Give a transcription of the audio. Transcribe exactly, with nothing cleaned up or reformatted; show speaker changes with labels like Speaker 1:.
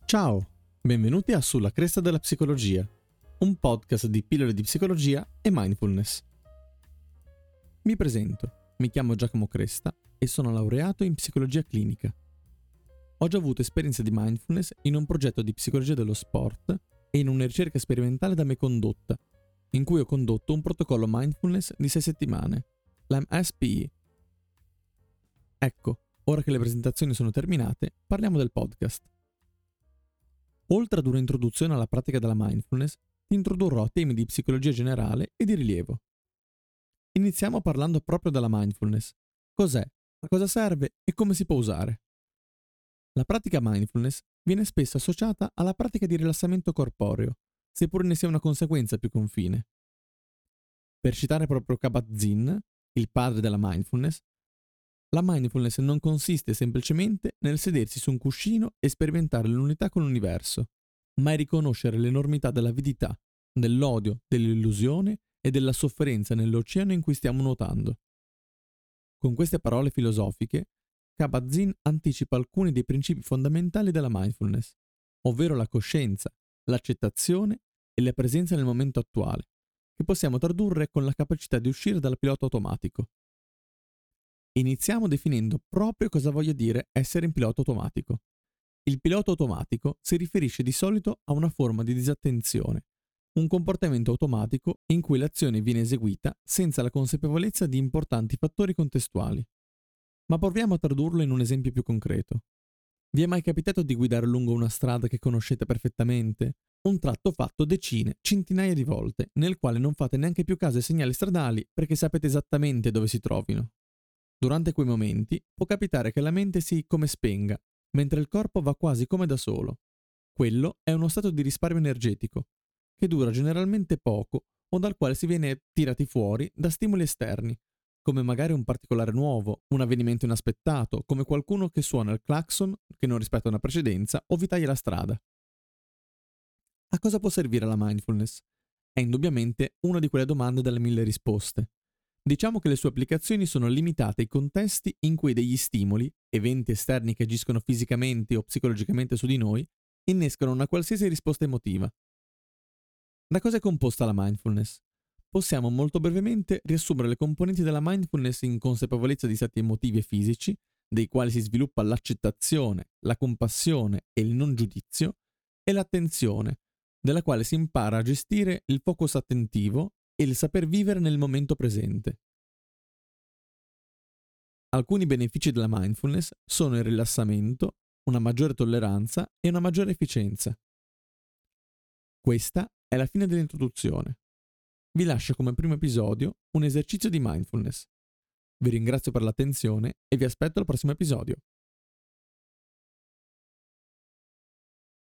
Speaker 1: Ciao, benvenuti a Sulla Cresta della Psicologia, un podcast di pillole di psicologia e mindfulness. Mi presento, mi chiamo Giacomo Cresta e sono laureato in psicologia clinica. Ho già avuto esperienza di mindfulness in un progetto di psicologia dello sport e in una ricerca sperimentale da me condotta, in cui ho condotto un protocollo mindfulness di sei settimane, l'M S P I. Ecco, ora che le presentazioni sono terminate, parliamo del podcast. Oltre ad un'introduzione alla pratica della mindfulness, ti introdurrò a temi di psicologia generale e di rilievo. Iniziamo parlando proprio della mindfulness. Cos'è, a cosa serve e come si può usare? La pratica mindfulness viene spesso associata alla pratica di rilassamento corporeo, seppur ne sia una conseguenza più confine. Per citare proprio Kabat-Zinn, il padre della mindfulness, la mindfulness non consiste semplicemente nel sedersi su un cuscino e sperimentare l'unità con l'universo, ma è riconoscere l'enormità dell'avidità, dell'odio, dell'illusione e della sofferenza nell'oceano in cui stiamo nuotando. Con queste parole filosofiche, Kabat-Zinn anticipa alcuni dei principi fondamentali della mindfulness, ovvero la coscienza, l'accettazione e la presenza nel momento attuale, che possiamo tradurre con la capacità di uscire dal pilota automatico. Iniziamo definendo proprio cosa voglia dire essere in pilota automatico. Il pilota automatico si riferisce di solito a una forma di disattenzione, un comportamento automatico in cui l'azione viene eseguita senza la consapevolezza di importanti fattori contestuali. Ma proviamo a tradurlo in un esempio più concreto. Vi è mai capitato di guidare lungo una strada che conoscete perfettamente? Un tratto fatto decine, centinaia di volte, nel quale non fate neanche più caso ai segnali stradali perché sapete esattamente dove si trovino. Durante quei momenti può capitare che la mente si come spenga, mentre il corpo va quasi come da solo. Quello è uno stato di risparmio energetico, che dura generalmente poco o dal quale si viene tirati fuori da stimoli esterni, come magari un particolare nuovo, un avvenimento inaspettato, come qualcuno che suona il clacson che non rispetta una precedenza o vi taglia la strada. A cosa può servire la mindfulness? È indubbiamente una di quelle domande dalle mille risposte. Diciamo che le sue applicazioni sono limitate ai contesti in cui degli stimoli, eventi esterni che agiscono fisicamente o psicologicamente su di noi, innescano una qualsiasi risposta emotiva. Da cosa è composta la mindfulness? Possiamo molto brevemente riassumere le componenti della mindfulness in consapevolezza di stati emotivi e fisici, dei quali si sviluppa l'accettazione, la compassione e il non giudizio, e l'attenzione, della quale si impara a gestire il focus attentivo e il saper vivere nel momento presente. Alcuni benefici della mindfulness sono il rilassamento, una maggiore tolleranza e una maggiore efficienza. Questa è la fine dell'introduzione. Vi lascio come primo episodio un esercizio di mindfulness. Vi ringrazio per l'attenzione e vi aspetto al prossimo episodio.